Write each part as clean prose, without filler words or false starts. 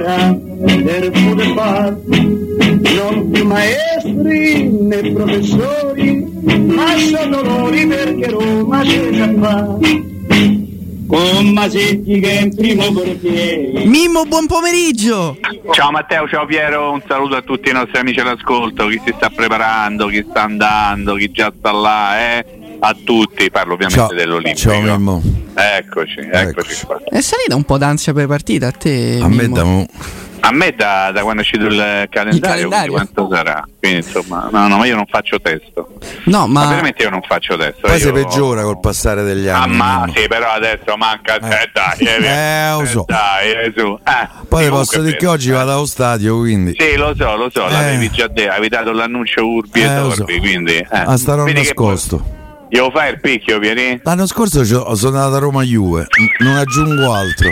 era del football, non più maestri né professori, ma sono dolori perché Roma c'è già qua. Con Masetti che è in primo portiere. Mimmo, buon pomeriggio. Ciao Matteo, ciao Piero, un saluto a tutti i nostri amici all'ascolto, chi si sta preparando, chi sta andando, chi già sta là, a tutti, parlo ovviamente dell'Olimpico. Ciao Mimmo. Eccoci qua. È salita un po' d'ansia per le partite a te, Mimmo? A me da quando è uscito il calendario. Quanto sarà? Quindi insomma, no, ma io non faccio testo. No, ma veramente io non faccio testo. Poi si peggiora col passare degli anni. Ma sì, però adesso manca lo so. Dai, su. Poi posso dire che oggi vado allo stadio, quindi. Sì, lo so, l'avevi già detto, avevi dato l'annuncio Urbi e Torbi, quindi. Starò nascosto. Glielo fai il picchio, Pieri? L'anno scorso sono andato a Roma-Juve, non aggiungo altro.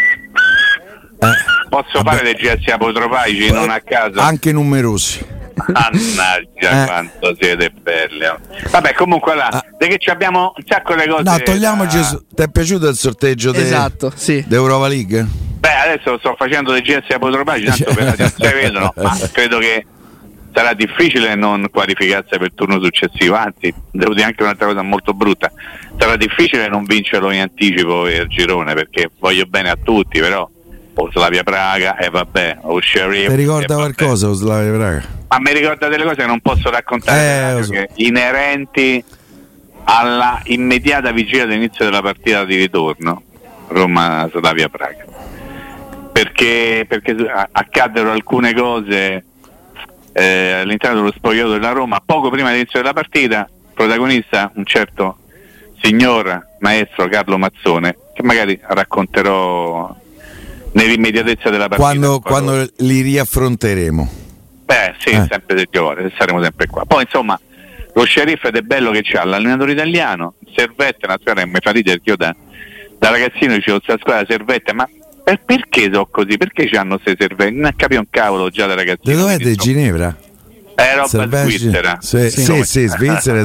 Posso fare dei gesti apotropaici non a caso? Anche numerosi. Mannaggia quanto siete belli. Vabbè, comunque là, che ci abbiamo un sacco di cose. No, togliamo Gesù. Ti è piaciuto il sorteggio d'Europa League? Beh, adesso sto facendo dei gesti apotropaici, tanto per la si vedono, ma credo che sarà difficile non qualificarsi per il turno successivo, anzi, devo dire anche un'altra cosa molto brutta, sarà difficile non vincerlo in anticipo per girone, perché voglio bene a tutti, però o Slavia Praga e vabbè, o Sheriff. Ti ricorda qualcosa o Slavia Praga? Ma mi ricorda delle cose che non posso raccontare, inerenti alla immediata vigilia dell'inizio della partita di ritorno Roma-Slavia Praga, perché accaddero alcune cose all'interno dello spogliatoio della Roma poco prima dell'inizio della partita, protagonista un certo signor maestro Carlo Mazzone, che magari racconterò nell'immediatezza della partita quando li riaffronteremo. Sempre se giovane, se saremo sempre qua. Poi insomma lo Sheriff ed è bello che c'ha l'allenatore italiano, Servette, una squadra che mi fa ridere, perché io da ragazzino dicevo questa squadra Servette, ma perché so così? Perché c'hanno queste Servette? Non capivo un cavolo già da ragazzino. Da dov'è? Di Ginevra? Roba Svizzera. Sì, Svizzera.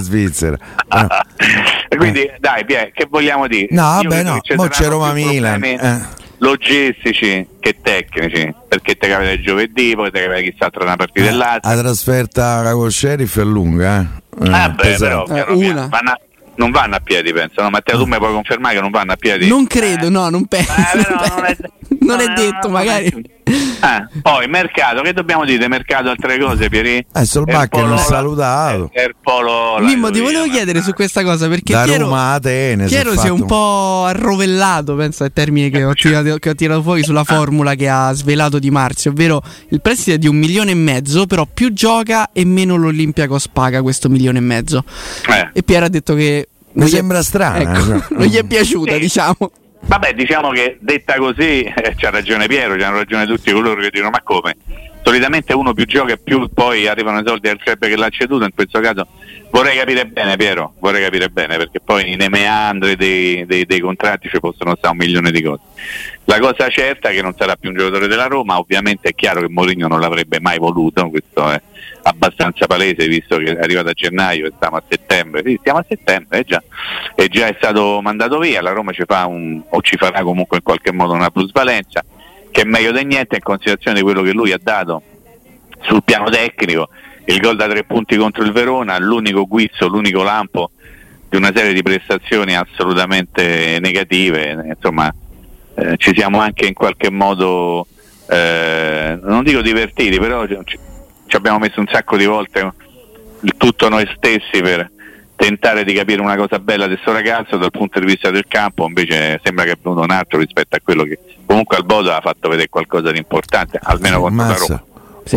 Quindi dai, che vogliamo dire? No, vabbè, no, mo c'è Roma-Milan. Logistici che tecnici, perché te capita il giovedì, poi te capita chissà tra una partita e l'altra. La trasferta con Sheriff è lunga, però non vanno a piedi, penso, no? Matteo, tu mi puoi confermare che non vanno a piedi? Non credo, no, non penso. Non è detto, magari. Poi mercato, che dobbiamo dire? Mercato, altre cose, Pieri? Solbacca non salutato. Mimmo, ti volevo chiedere su questa cosa, perché da Piero, Roma a Atene si è un po' arrovellato, penso al termine che ho tirato fuori sulla formula che ha svelato Di Marzio, ovvero il prestito è di 1,5 milioni, però più gioca e meno l'Olympiakos paga questo 1,5 milioni. E Piero ha detto che mi sembra strana, non gli è piaciuta, diciamo. Vabbè, diciamo che detta così c'ha ragione Piero, c'hanno ragione tutti coloro che dicono ma come? Solitamente uno più gioca e più poi arrivano i soldi al club che l'ha ceduto, in questo caso vorrei capire bene, Piero, perché poi nei meandri dei contratti ci possono stare 1 milione di cose. La cosa certa è che non sarà più un giocatore della Roma, ovviamente è chiaro che Mourinho non l'avrebbe mai voluto, questo è abbastanza palese visto che è arrivato a gennaio e stiamo a settembre. Sì, stiamo a settembre, è già stato mandato via. La Roma ci farà comunque in qualche modo una plusvalenza, che è meglio di niente in considerazione di quello che lui ha dato sul piano tecnico. Il gol da 3 punti contro il Verona, l'unico guizzo, l'unico lampo di una serie di prestazioni assolutamente negative, insomma ci siamo anche in qualche modo non dico divertiti, però ci abbiamo messo un sacco di volte tutto noi stessi per tentare di capire una cosa bella di sto ragazzo dal punto di vista del campo. Invece sembra che è venuto un altro rispetto a quello che comunque al Bodo ha fatto vedere qualcosa di importante, almeno contro la Roma.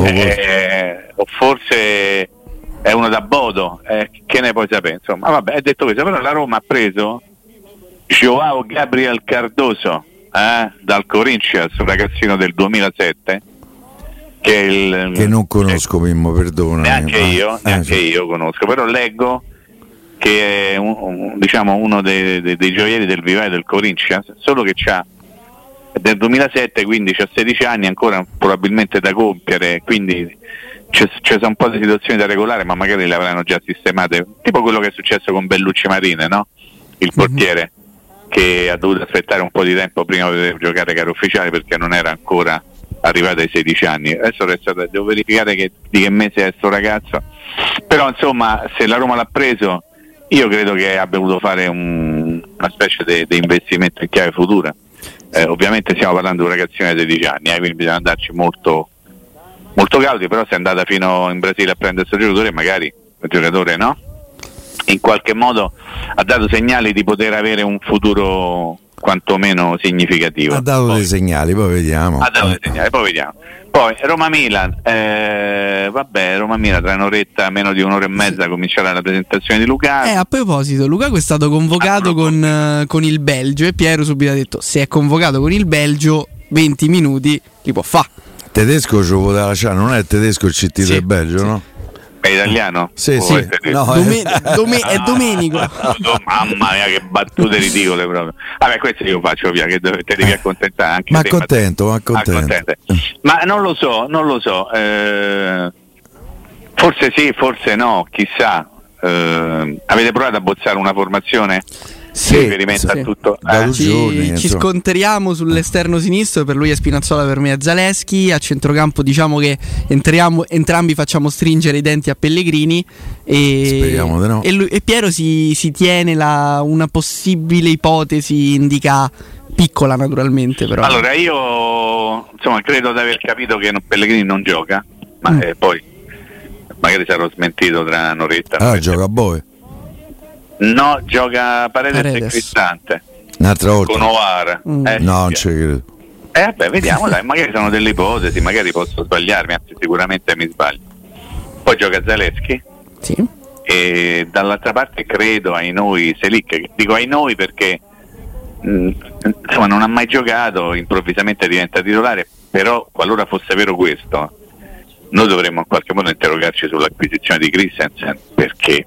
O forse è uno da Bodo, che ne puoi sapere, insomma. Vabbè, è detto questo, però la Roma ha preso Joao Gabriel Cardoso dal Corinthians, un ragazzino del 2007 che non conosco, Mimmo, perdona. Neanche io conosco, però leggo che è uno dei gioielli del vivaio del Corinthians, solo che c'ha del 2007, quindi c'ha 16 anni ancora, probabilmente da compiere, quindi c'è un po' di situazioni da regolare, ma magari le avranno già sistemate, tipo quello che è successo con Bellucci Marine, no? Il portiere che ha dovuto aspettare un po' di tempo prima di poter giocare gare ufficiali perché non era ancora arrivato ai 16 anni. Adesso devo verificare di che mese è sto ragazzo, però insomma se la Roma l'ha preso, io credo che abbia voluto fare una specie di investimento in chiave futura. Ovviamente stiamo parlando di un ragazzino di 16 anni, quindi bisogna andarci molto, molto cauti, però se è andata fino in Brasile a prendere questo giocatore, magari il giocatore in qualche modo ha dato segnali di poter avere un futuro quantomeno significativo. Ha dato dei segnali, poi vediamo. Poi Roma-Milan, Roma-Milan tra un'oretta, meno di un'ora e mezza comincerà la presentazione di Lukaku. A proposito, Lukaku è stato convocato con il Belgio e Piero subito ha detto: se è convocato con il Belgio 20 minuti li può fare. Tedesco ci poteva lasciare, non è il tedesco il CT del Belgio, no? È italiano? Sì. No, è Domenico. Mamma mia, che battute ridicole proprio. Vabbè, questo io faccio via, che te devi accontentare anche ma te. Contento. Ma non lo so. Forse sì, forse no, chissà. Avete provato a bozzare una formazione? Sì. A tutto. Ci scontriamo sull'esterno sinistro, per lui è Spinazzola, per me è Zaleschi. A centrocampo diciamo che entrambi facciamo stringere i denti a Pellegrini speriamo di no. E Piero si tiene una possibile ipotesi, indica piccola naturalmente, però. Allora io credo di aver capito che Pellegrini non gioca, ma poi magari sarò smentito tra un'oretta. Gioca a Boe. No, gioca Paredes e Cristante. Un'altra volta. Con Ovara. No, non ci credo. Vediamo, dai, magari sono delle ipotesi, magari posso sbagliarmi, anzi sicuramente mi sbaglio. Poi gioca Zaleschi. Sì. E dall'altra parte credo ai noi Selic, dico ai noi perché non ha mai giocato, improvvisamente diventa titolare, però qualora fosse vero questo, noi dovremmo in qualche modo interrogarci sull'acquisizione di Christensen, perché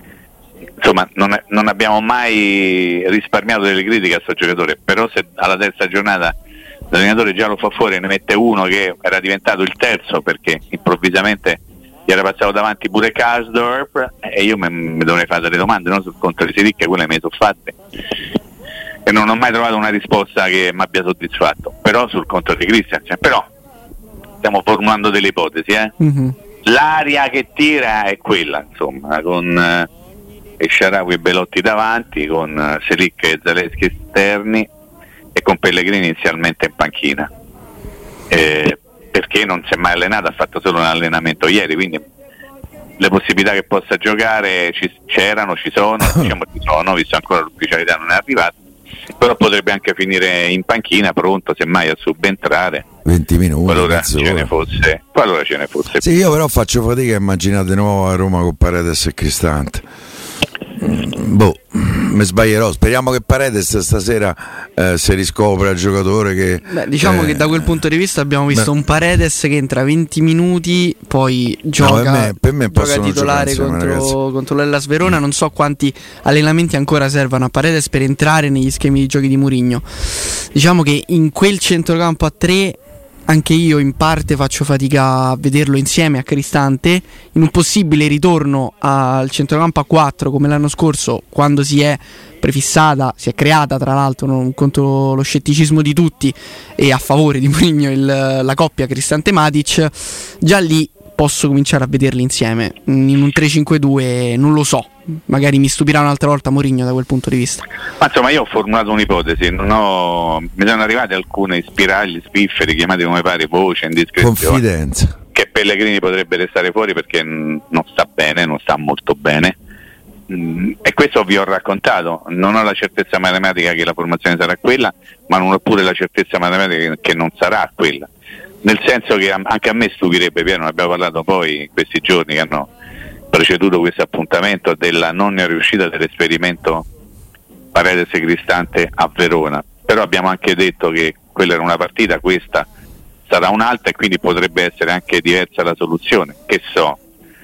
non abbiamo mai risparmiato delle critiche a questo giocatore, però se alla terza giornata l'allenatore già lo fa fuori e ne mette uno che era diventato il terzo perché improvvisamente gli era passato davanti pure Karsdorp, e io mi dovrei fare delle domande sul conto di Siric, quelle me le sono fatte e non ho mai trovato una risposta che mi abbia soddisfatto. Però sul conto di Christensen, però stiamo formulando delle ipotesi, Mm-hmm. L'aria che tira è quella, con Shaarawy e Belotti davanti, con Selic e Zaleschi esterni e con Pellegrini inizialmente in panchina, perché non si è mai allenato, ha fatto solo un allenamento ieri, quindi le possibilità che possa giocare ci sono, visto ancora l'ufficialità non è arrivata, però potrebbe anche finire in panchina pronto semmai a subentrare 20 minuti qualora ce ne fosse. Sì, io però faccio fatica a immaginare di nuovo a Roma con Paredes e Cristante. Mi sbaglierò, speriamo che Paredes stasera si riscopra il giocatore che che da quel punto di vista abbiamo visto un Paredes che entra 20 minuti, poi gioca, per me gioca titolare contro l'Hellas Verona. Non so quanti allenamenti ancora servano a Paredes per entrare negli schemi di giochi di Mourinho. Diciamo che in quel centrocampo a 3 anche io in parte faccio fatica a vederlo insieme a Cristante. In un possibile ritorno al centrocampo a 4 come l'anno scorso, quando si è prefissata, si è creata tra l'altro contro lo scetticismo di tutti e a favore di Mourinho la coppia Cristante-Matic, già lì posso cominciare a vederli insieme. In un 3-5-2 non lo so, magari mi stupirà un'altra volta Mourinho da quel punto di vista. Ma insomma, io ho formulato un'ipotesi, mi sono arrivate alcune spiragli, spifferi, chiamate come pare, voce, indiscrezione, confidenza, che Pellegrini potrebbe restare fuori perché non sta bene, non sta molto bene, e questo vi ho raccontato. Non ho la certezza matematica che la formazione sarà quella, ma non ho pure la certezza matematica che non sarà quella, nel senso che anche a me stupirebbe, Piero, ne abbiamo parlato poi in questi giorni che hanno preceduto questo appuntamento, della non riuscita dell'esperimento Paredes e Cristante a Verona, però abbiamo anche detto che quella era una partita, questa sarà un'altra, e quindi potrebbe essere anche diversa la soluzione, che so.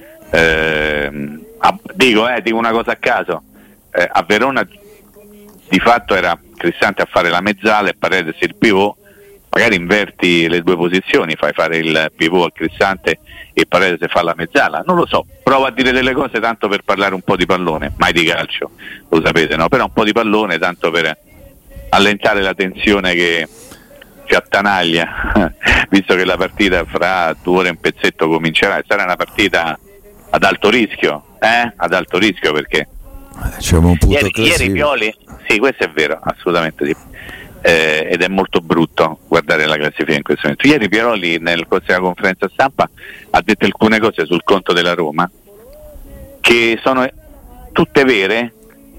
Dico una cosa a caso, a Verona di fatto era Cristante a fare la mezzala e Paredes il pivot. Magari inverti le due posizioni, fai fare il pivot al Cristante e Paredes fa la mezzala, non lo so, provo a dire delle cose tanto per parlare un po' di pallone, mai di calcio, lo sapete, no? Però un po' di pallone tanto per allentare la tensione che ci attanaglia, visto che la partita fra 2 ore e un pezzetto comincerà, sarà una partita ad alto rischio, perché c'è un punto ieri Pioli, sì, questo è vero, assolutamente sì, ed è molto brutto guardare la classifica in questo momento. Ieri Pioli nel corso della conferenza stampa ha detto alcune cose sul conto della Roma che sono tutte vere,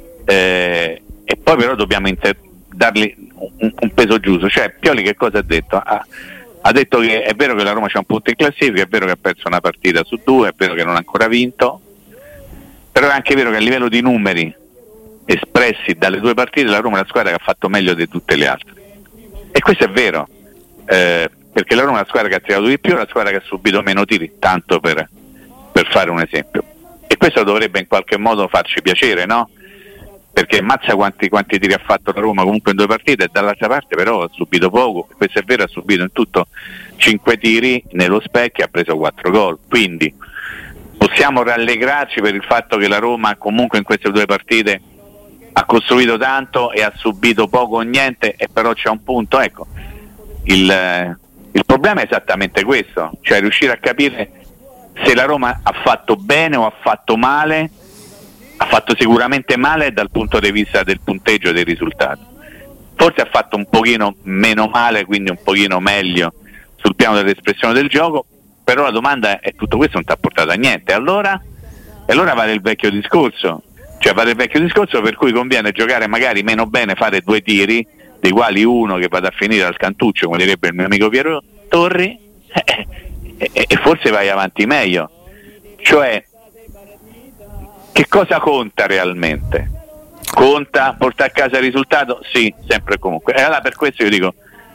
e poi però dobbiamo dargli un peso giusto. Cioè Pioli che cosa ha detto? Ha detto che è vero che la Roma c'ha un punto in classifica, è vero che ha perso una partita su 2, è vero che non ha ancora vinto, però è anche vero che a livello di numeri espressi dalle 2 partite la Roma è la squadra che ha fatto meglio di tutte le altre, e questo è vero, perché la Roma è la squadra che ha tirato di più, è la squadra che ha subito meno tiri, tanto per fare un esempio, e questo dovrebbe in qualche modo farci piacere, no? Perché ammazza quanti tiri ha fatto la Roma comunque in 2 partite, e dall'altra parte però ha subito poco, questo è vero, ha subito in tutto 5 tiri nello specchio e ha preso 4 gol, quindi possiamo rallegrarci per il fatto che la Roma comunque in queste 2 partite ha costruito tanto e ha subito poco o niente, e però c'è un punto, ecco, il problema è esattamente questo, cioè riuscire a capire se la Roma ha fatto bene o ha fatto male. Ha fatto sicuramente male dal punto di vista del punteggio e dei risultati, forse ha fatto un pochino meno male, quindi un pochino meglio sul piano dell'espressione del gioco, però la domanda è: tutto questo non ti ha portato a niente, allora vale il vecchio discorso, per cui conviene giocare magari meno bene, fare 2 tiri, dei quali uno che vada a finire al cantuccio, come direbbe il mio amico Piero Torri, e forse vai avanti meglio. Cioè, che cosa conta realmente? Conta portare a casa il risultato? Sì, sempre e comunque. E allora per questo io dico,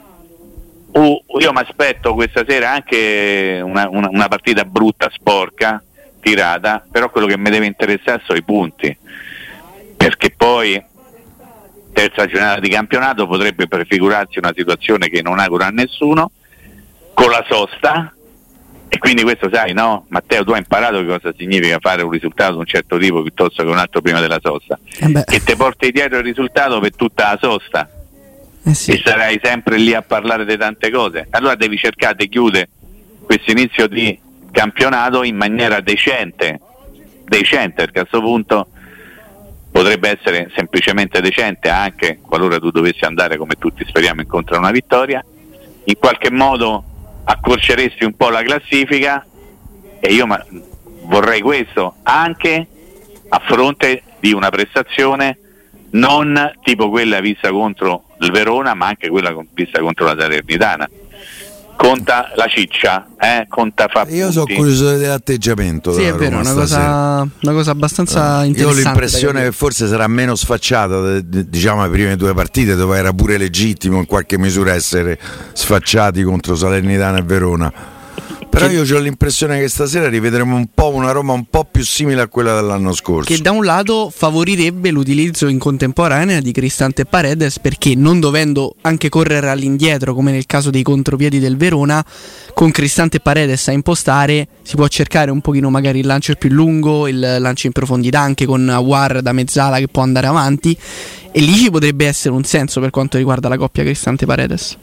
io mi aspetto questa sera anche una partita brutta, sporca, tirata, però quello che mi deve interessare sono i punti, perché poi terza giornata di campionato potrebbe prefigurarsi una situazione che non augura a nessuno, con la sosta. E quindi questo sai, no? Matteo, tu hai imparato che cosa significa fare un risultato di un certo tipo piuttosto che un altro prima della sosta, che ti porti dietro il risultato per tutta la sosta, sì. E sarai sempre lì a parlare di tante cose. Allora devi cercare di chiudere questo inizio di campionato in maniera decente, perché a questo punto potrebbe essere semplicemente decente, anche qualora tu dovessi andare, come tutti speriamo, incontro a una vittoria, in qualche modo accorceresti un po' la classifica, e io vorrei questo anche a fronte di una prestazione non tipo quella vista contro il Verona, ma anche quella vista contro la Salernitana. Conta la ciccia, conta fa punti. Io sono curioso dell'atteggiamento. Sì, è vero, una cosa abbastanza interessante. Io ho l'impressione che forse sarà meno sfacciata, diciamo, le prime 2 partite, dove era pure legittimo in qualche misura essere sfacciati contro Salernitana e Verona. Però io ho l'impressione che stasera rivedremo un po' una Roma un po' più simile a quella dell'anno scorso, che da un lato favorirebbe l'utilizzo in contemporanea di Cristante e Paredes, perché non dovendo anche correre all'indietro come nel caso dei contropiedi del Verona, con Cristante e Paredes a impostare si può cercare un pochino magari il lancio più lungo, il lancio in profondità, anche con Aouar da mezzala che può andare avanti, e lì ci potrebbe essere un senso per quanto riguarda la coppia Cristante e Paredes.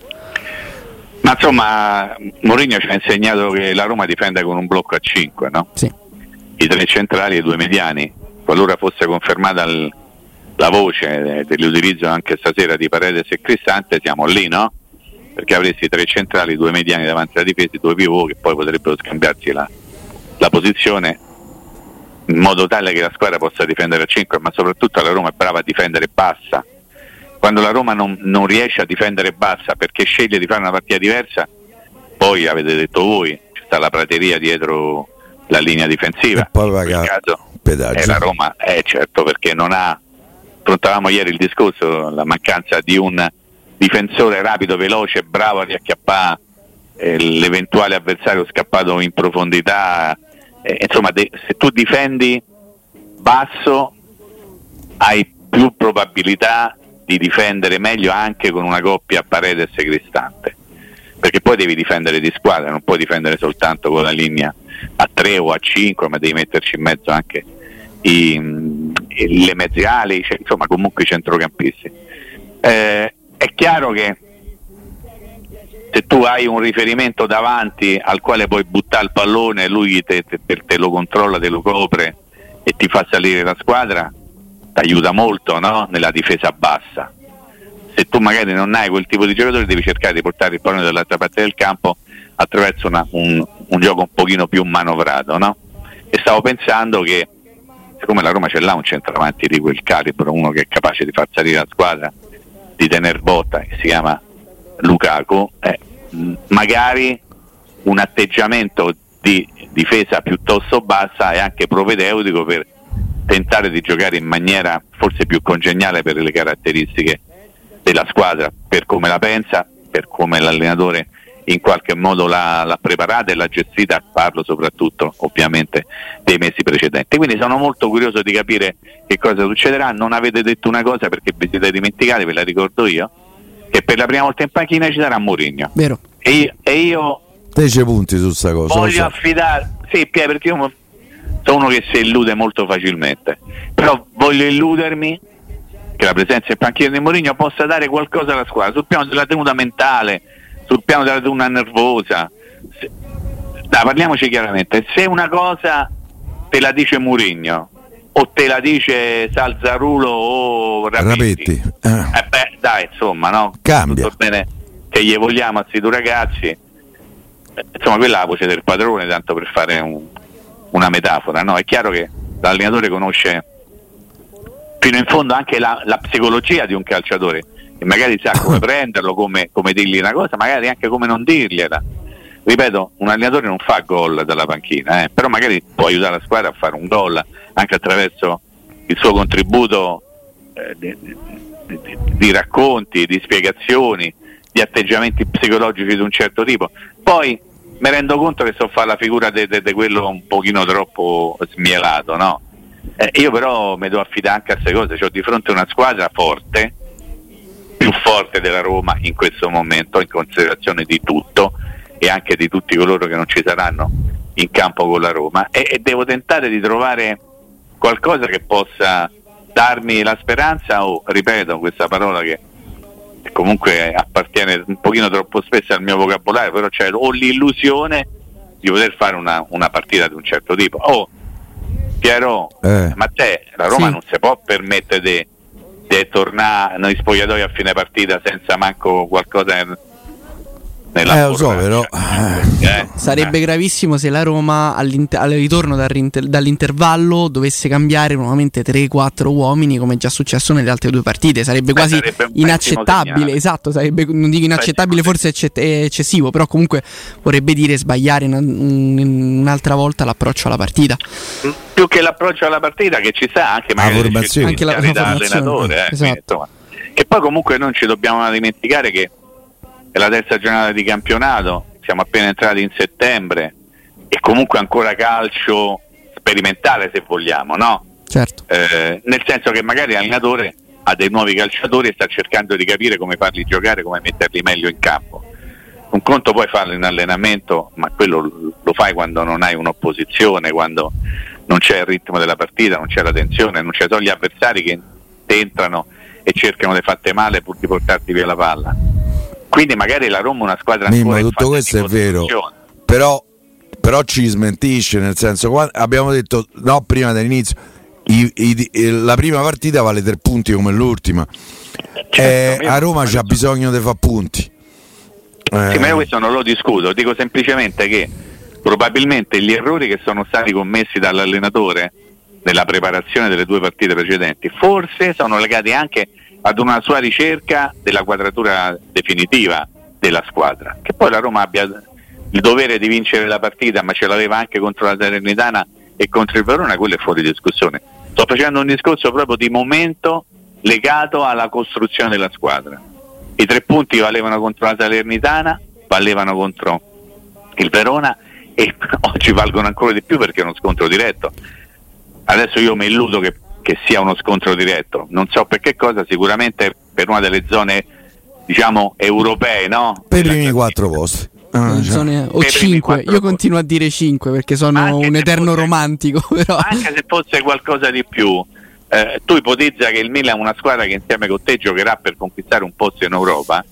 Ma insomma, Mourinho ci ha insegnato che la Roma difende con un blocco a 5, no? Sì. I 3 centrali e i 2 mediani. Qualora fosse confermata la voce dell'utilizzo anche stasera di Paredes e Cristante, siamo lì, no? Perché avresti 3 centrali, 2 mediani davanti alla difesa, 2 pivot che poi potrebbero scambiarsi la posizione, in modo tale che la squadra possa difendere a 5, ma soprattutto la Roma è brava a difendere bassa. Quando la Roma non riesce a difendere bassa perché sceglie di fare una partita diversa, poi avete detto voi, c'è sta la prateria dietro la linea difensiva. E poi in quel caso è la Roma, certo, perché non ha, affrontavamo ieri il discorso, la mancanza di un difensore rapido, veloce, bravo a riacchiappare l'eventuale avversario scappato in profondità. Insomma, se tu difendi basso hai più probabilità di difendere meglio anche con una coppia Paredes e Cristante, perché poi devi difendere di squadra, non puoi difendere soltanto con la linea a 3 o a 5, ma devi metterci in mezzo anche le mezze ali, insomma comunque i centrocampisti. È chiaro che se tu hai un riferimento davanti al quale puoi buttare il pallone e lui te lo controlla, te lo copre e ti fa salire la squadra, ti aiuta molto, no? Nella difesa bassa. Se tu magari non hai quel tipo di giocatore, devi cercare di portare il pallone dall'altra parte del campo attraverso un gioco un pochino più manovrato, no? E stavo pensando che siccome la Roma ce l'ha un centravanti di quel calibro, uno che è capace di far salire la squadra, di tener botta, che si chiama Lukaku, magari un atteggiamento di difesa piuttosto bassa è anche propedeutico per tentare di giocare in maniera forse più congeniale per le caratteristiche della squadra, per come la pensa, per come l'allenatore in qualche modo l'ha preparata e l'ha gestita, parlo soprattutto ovviamente dei mesi precedenti. Quindi sono molto curioso di capire che cosa succederà. Non avete detto una cosa perché vi siete dimenticati, ve la ricordo io, che per la prima volta in panchina ci sarà Mourinho. Vero. E io 10 punti su sta cosa. voglio affidare, sì, perché io sono uno che si illude molto facilmente, però voglio illudermi che la presenza in panchina di Mourinho possa dare qualcosa alla squadra sul piano della tenuta mentale, sul piano della tenuta nervosa. Dai, parliamoci chiaramente, se una cosa te la dice Mourinho o te la dice Salzarulo o Rapetti. Dai, insomma, no? Cambia. Tutto bene che gli vogliamo a questi due ragazzi, insomma, quella è la voce del padrone, tanto per fare una metafora, no? È chiaro che l'allenatore conosce fino in fondo anche la psicologia di un calciatore e magari sa come prenderlo, come dirgli una cosa, magari anche come non dirgliela. Ripeto, un allenatore non fa gol dalla panchina, però magari può aiutare la squadra a fare un gol anche attraverso il suo contributo di racconti, di spiegazioni, di atteggiamenti psicologici di un certo tipo. Poi mi rendo conto che so fare la figura di quello un pochino troppo smielato, no? Io però mi devo affidare anche a queste cose, c'ho di fronte una squadra forte, più forte della Roma in questo momento, in considerazione di tutto e anche di tutti coloro che non ci saranno in campo con la Roma, e devo tentare di trovare qualcosa che possa darmi la speranza, o ripeto questa parola che comunque appartiene un pochino troppo spesso al mio vocabolario, però c'è o l'illusione di poter fare una partita di un certo tipo. Piero, ma la Roma sì, non si può permettere di tornare negli spogliatoi a fine partita senza manco qualcosa nella lo so, però sarebbe gravissimo se la Roma al ritorno dall'intervallo dovesse cambiare nuovamente 3-4 uomini, come è già successo nelle altre due partite. Sarebbe quasi inaccettabile. Esatto, sarebbe, non dico inaccettabile, forse è eccessivo, però comunque vorrebbe dire sbagliare un'altra volta l'approccio alla partita. Più che l'approccio alla partita, che ci sta anche magari formazione, anche la allenatore, esatto. E poi comunque non ci dobbiamo dimenticare che è la terza giornata di campionato, siamo appena entrati in settembre e comunque ancora calcio sperimentale, se vogliamo, no? Certo. Nel senso che magari l'allenatore ha dei nuovi calciatori e sta cercando di capire come farli giocare, come metterli meglio in campo. Un conto puoi farlo in allenamento, ma quello lo fai quando non hai un'opposizione, quando non c'è il ritmo della partita, non c'è la tensione, non ci sono gli avversari che entrano e cercano di farti male pur di portarti via la palla. Quindi magari la Roma è una squadra ancora tutto questo è vero, però ci smentisce, nel senso, abbiamo detto no prima dell'inizio, la prima partita vale 3 punti come l'ultima, a Roma c'ha bisogno di fare punti. Sì, ma io questo non lo discuto, dico semplicemente che probabilmente gli errori che sono stati commessi dall'allenatore nella preparazione delle due partite precedenti forse sono legati anche ad una sua ricerca della quadratura definitiva della squadra. Che poi la Roma abbia il dovere di vincere la partita, ma ce l'aveva anche contro la Salernitana e contro il Verona, quello è fuori discussione. Sto facendo un discorso proprio di momento legato alla costruzione della squadra. I 3 punti valevano contro la Salernitana, valevano contro il Verona e oggi valgono ancora di più perché è uno scontro diretto. Adesso io mi illudo che sia uno scontro diretto, non so per che cosa, sicuramente per una delle zone, diciamo, europee, no? Per i primi 4 posti. Zone, o 5, io continuo a dire 5 perché sono anche un eterno romantico, però. Anche se fosse qualcosa di più, tu ipotizza che il Milan è una squadra che insieme con te giocherà per conquistare un posto in Europa,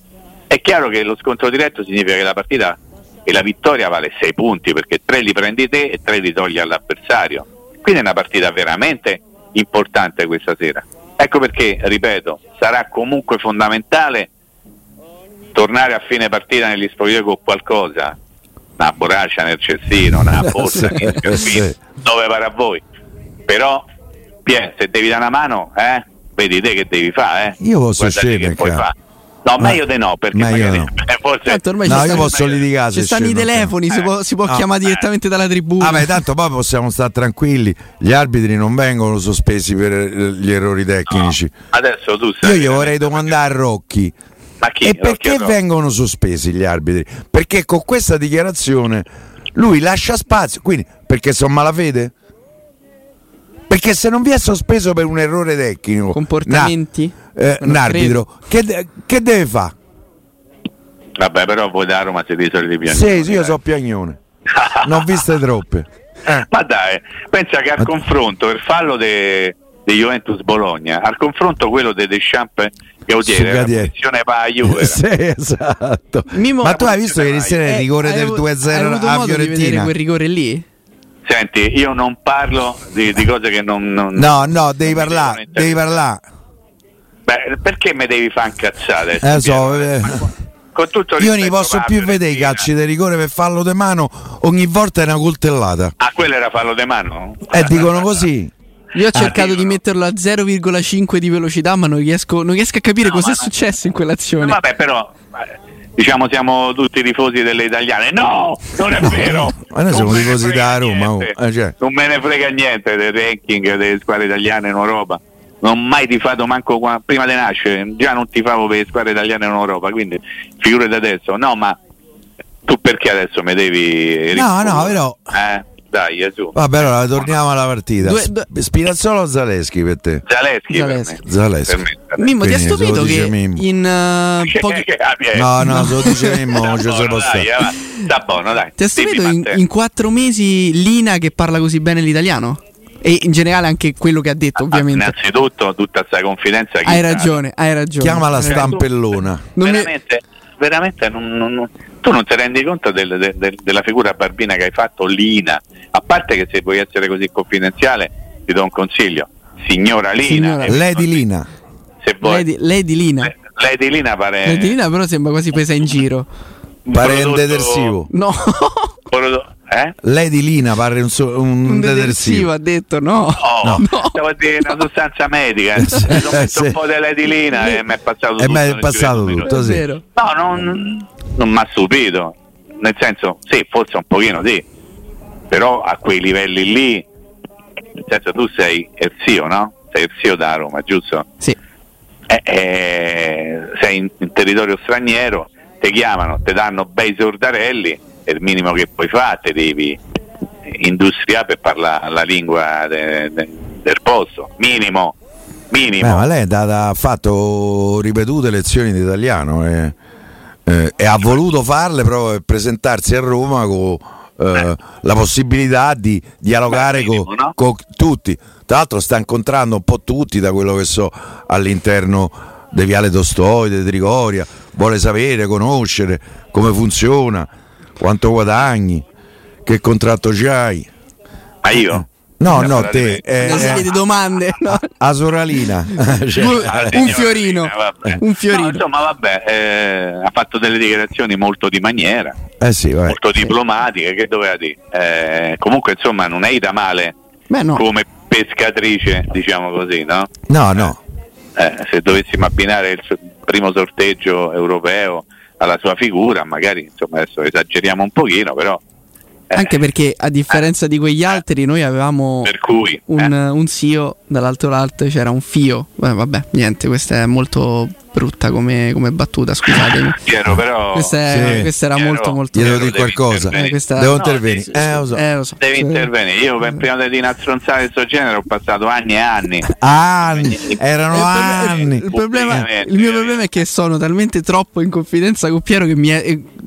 È chiaro che lo scontro diretto significa che la partita e la vittoria vale 6 punti, perché 3 li prendi te e 3 li togli all'avversario. Quindi è una partita veramente importante questa sera. Ecco perché, ripeto, sarà comunque fondamentale tornare a fine partita negli spogliatoi con qualcosa, una borraccia nel cestino, una borsa dove pare a voi. Però se devi dare una mano, vedi te che devi fare, io posso scendere che puoi fare. No, meglio di no, perché magari forse io posso litigare. Ci stanno i telefoni, si può chiamare direttamente dalla tribuna. Vabbè, tanto poi possiamo stare tranquilli. Gli arbitri non vengono sospesi per gli errori tecnici. No, adesso tu sai. Io gli vorrei domandare a Rocchi. Ma chi? E perché vengono sospesi gli arbitri? Perché con questa dichiarazione lui lascia spazio. Quindi perché sono malafede? Perché se non vi è sospeso per un errore tecnico, comportamenti, un arbitro che deve fare? Vabbè, però voi da Roma siete i soliti piagnoni. Sì, io so piagnone. Non viste troppe. Ma dai, pensa che al confronto per fallo di Juventus Bologna, al confronto quello di Deschamps Gautier, la posizione va a Juve. Sì, esatto. Ma tu hai visto ieri sera il rigore del 2-0 hai avuto a modo Fiorentina? Di vedere quel rigore lì? Senti, io non parlo di cose che non No, devi parlare. Beh, perché mi devi fare incazzate? Con tutto io non posso più vedere i calci di rigore per fallo di mano, ogni volta è una coltellata. Ah, quello era fallo di mano? Dicono così. Io ho cercato di metterlo a 0,5 di velocità, ma non riesco a capire cosa è successo in quell'azione. Vabbè, però diciamo siamo tutti tifosi delle italiane. No, non è vero. Ma noi siamo tifosi da Roma. Non me ne frega niente del ranking delle squadre italiane in Europa. Non ho mai tifato manco prima di nascere, già non tifavo per le squadre italiane in Europa, quindi figurati adesso. No, ma tu perché adesso mi devi No, però dai, su. Vabbè, allora torniamo alla partita. Spinazzola o Zaleschi per te? Zaleschi. Mimmo, ti ha stupito che in pochi... No, se lo dice Mimmo non ci si può stare. Sta buono, dai. Ti ha stupito in 4 mesi Lina che parla così bene l'italiano? E in generale anche quello che ha detto, ovviamente. Innanzitutto tutta questa confidenza. Hai ragione. Chiamala stampellona. Veramente tu non ti rendi conto della figura barbina che hai fatto, Lina. A parte che se vuoi essere così confidenziale ti do un consiglio, signora Lina. Lady Lina. Se vuoi. Lady Lina. Lady Lina pare. Lady Lina però sembra quasi presa in giro. Pare un detersivo. No. Lady Lina pare un detersivo. Ha detto no. Stavo a dire una sostanza medica. Ho messo un po' di Lady Lina e mi è passato tutto. È passato tutto, sì. No, non mi ha stupito. Nel senso, sì, forse un pochino sì. Però a quei livelli lì, nel senso tu sei Erzio, no? Sei Erzio da Roma, giusto? Sì. Sei in territorio straniero, ti chiamano, ti danno bei sordarelli e il minimo che puoi fare, te devi industriare per parlare la lingua del posto, minimo. Ma lei ha fatto ripetute lezioni di italiano e ha voluto farle proprio per presentarsi a Roma con la possibilità di dialogare con tutti. Tra l'altro sta incontrando un po' tutti, da quello che so, all'interno di Viale Tostoi, di Trigoria. Vuole sapere, conoscere come funziona, quanto guadagni, che contratto c'hai. Ma io? No, te. Una serie di domande. No? A Soralina. Un fiorino. Un fiorino. No, insomma, vabbè, ha fatto delle dichiarazioni molto di maniera, sì, molto diplomatiche, che doveva dire. Comunque, insomma, non è da male come pescatrice, diciamo così, no? No. Se dovessimo abbinare il primo sorteggio europeo alla sua figura, magari, insomma, adesso esageriamo un pochino, però anche perché a differenza di quegli altri noi avevamo un CEO, dall'altro lato c'era un FIO. Vabbè, niente, questa è molto brutta come battuta, scusatemi. Piero, però questa era Piero, molto io devo dire qualcosa, devo intervenire. Lo so. Devi intervenire. Io prima di dire una stronzata di questo genere ho passato anni e anni. Erano anni. Il mio problema è che sono talmente troppo in confidenza con Piero che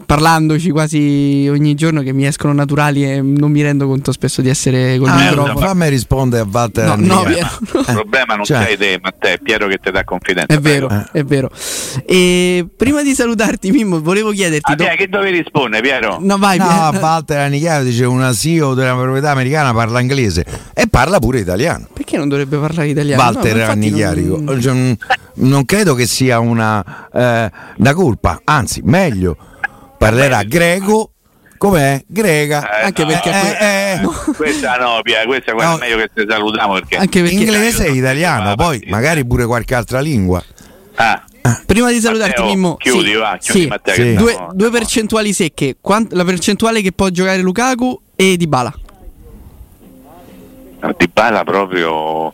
parlandoci quasi ogni giorno, che mi escono naturali e non mi rendo conto spesso di essere con il microfono. Fammi rispondere a Walter. No, Il problema non sei te, ma te, è Piero che ti dà confidenza. È vero, è vero. E prima di salutarti, Mimmo, volevo chiederti che dovevi rispondere, Piero? No, vai. No, Walter Anichiaro dice una CEO della proprietà americana parla inglese e parla pure italiano. Perché non dovrebbe parlare italiano? Walter Anichiaro non credo che sia una colpa, anzi meglio, parlerà greco. Com'è? Grega. Anche perché questa no, questa è meglio che ti salutiamo, perché anche perché inglese e italiano, poi magari pure qualche altra lingua. Prima di salutarti, Matteo, Mimmo, chiudi Matteo, sì. Due percentuali secche. La percentuale che può giocare Lukaku e Dybala. Dybala proprio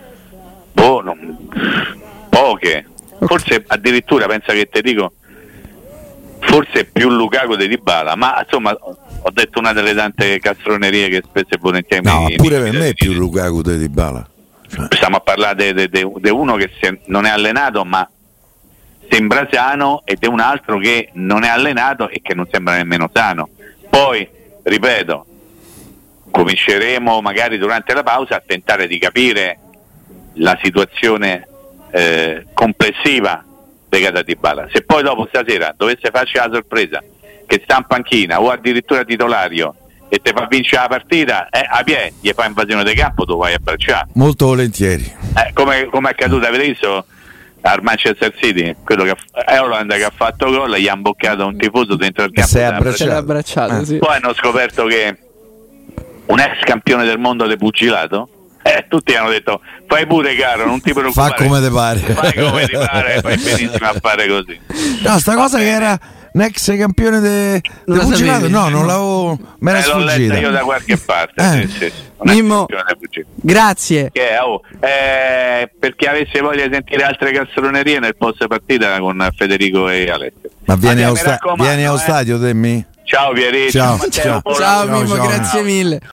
poche. Forse addirittura, pensa che ti dico, forse più Lukaku di Dybala, ma insomma ho detto una delle tante castronerie che spesso e volentieri pure per me è più Lukaku di Dybala. Stiamo a parlare di uno che non è allenato ma sembra sano, ed è un altro che non è allenato e che non sembra nemmeno sano. Poi, ripeto, cominceremo magari durante la pausa a tentare di capire la situazione complessiva legata a Dybala. Se poi dopo stasera dovesse farci la sorpresa che sta in panchina o addirittura titolario e te fa vincere la partita, a piedi gli fa invasione di campo, tu vai a abbracciare molto volentieri, come è accaduto, avete visto al Manchester City, quello che Holland che ha fatto gol, gli ha imboccato un tifoso dentro il campo, si è abbracciato, sì. Poi hanno scoperto che un ex campione del mondo di pugilato, tutti hanno detto fai pure caro, non ti preoccupare, fa come ti pare, fai come ti pare, fai benissimo a fare così. No, sta cosa che era un ex campione di pugilato, non l'avevo, me l'ho letta io da qualche parte. Sì. Mimmo, grazie. Perché avesse voglia di sentire altre castronerie nel post partita con Federico e Alessio. Ma vieni allo stadio, Demmi? Ciao Pierino. Ciao Mimmo, grazie mille.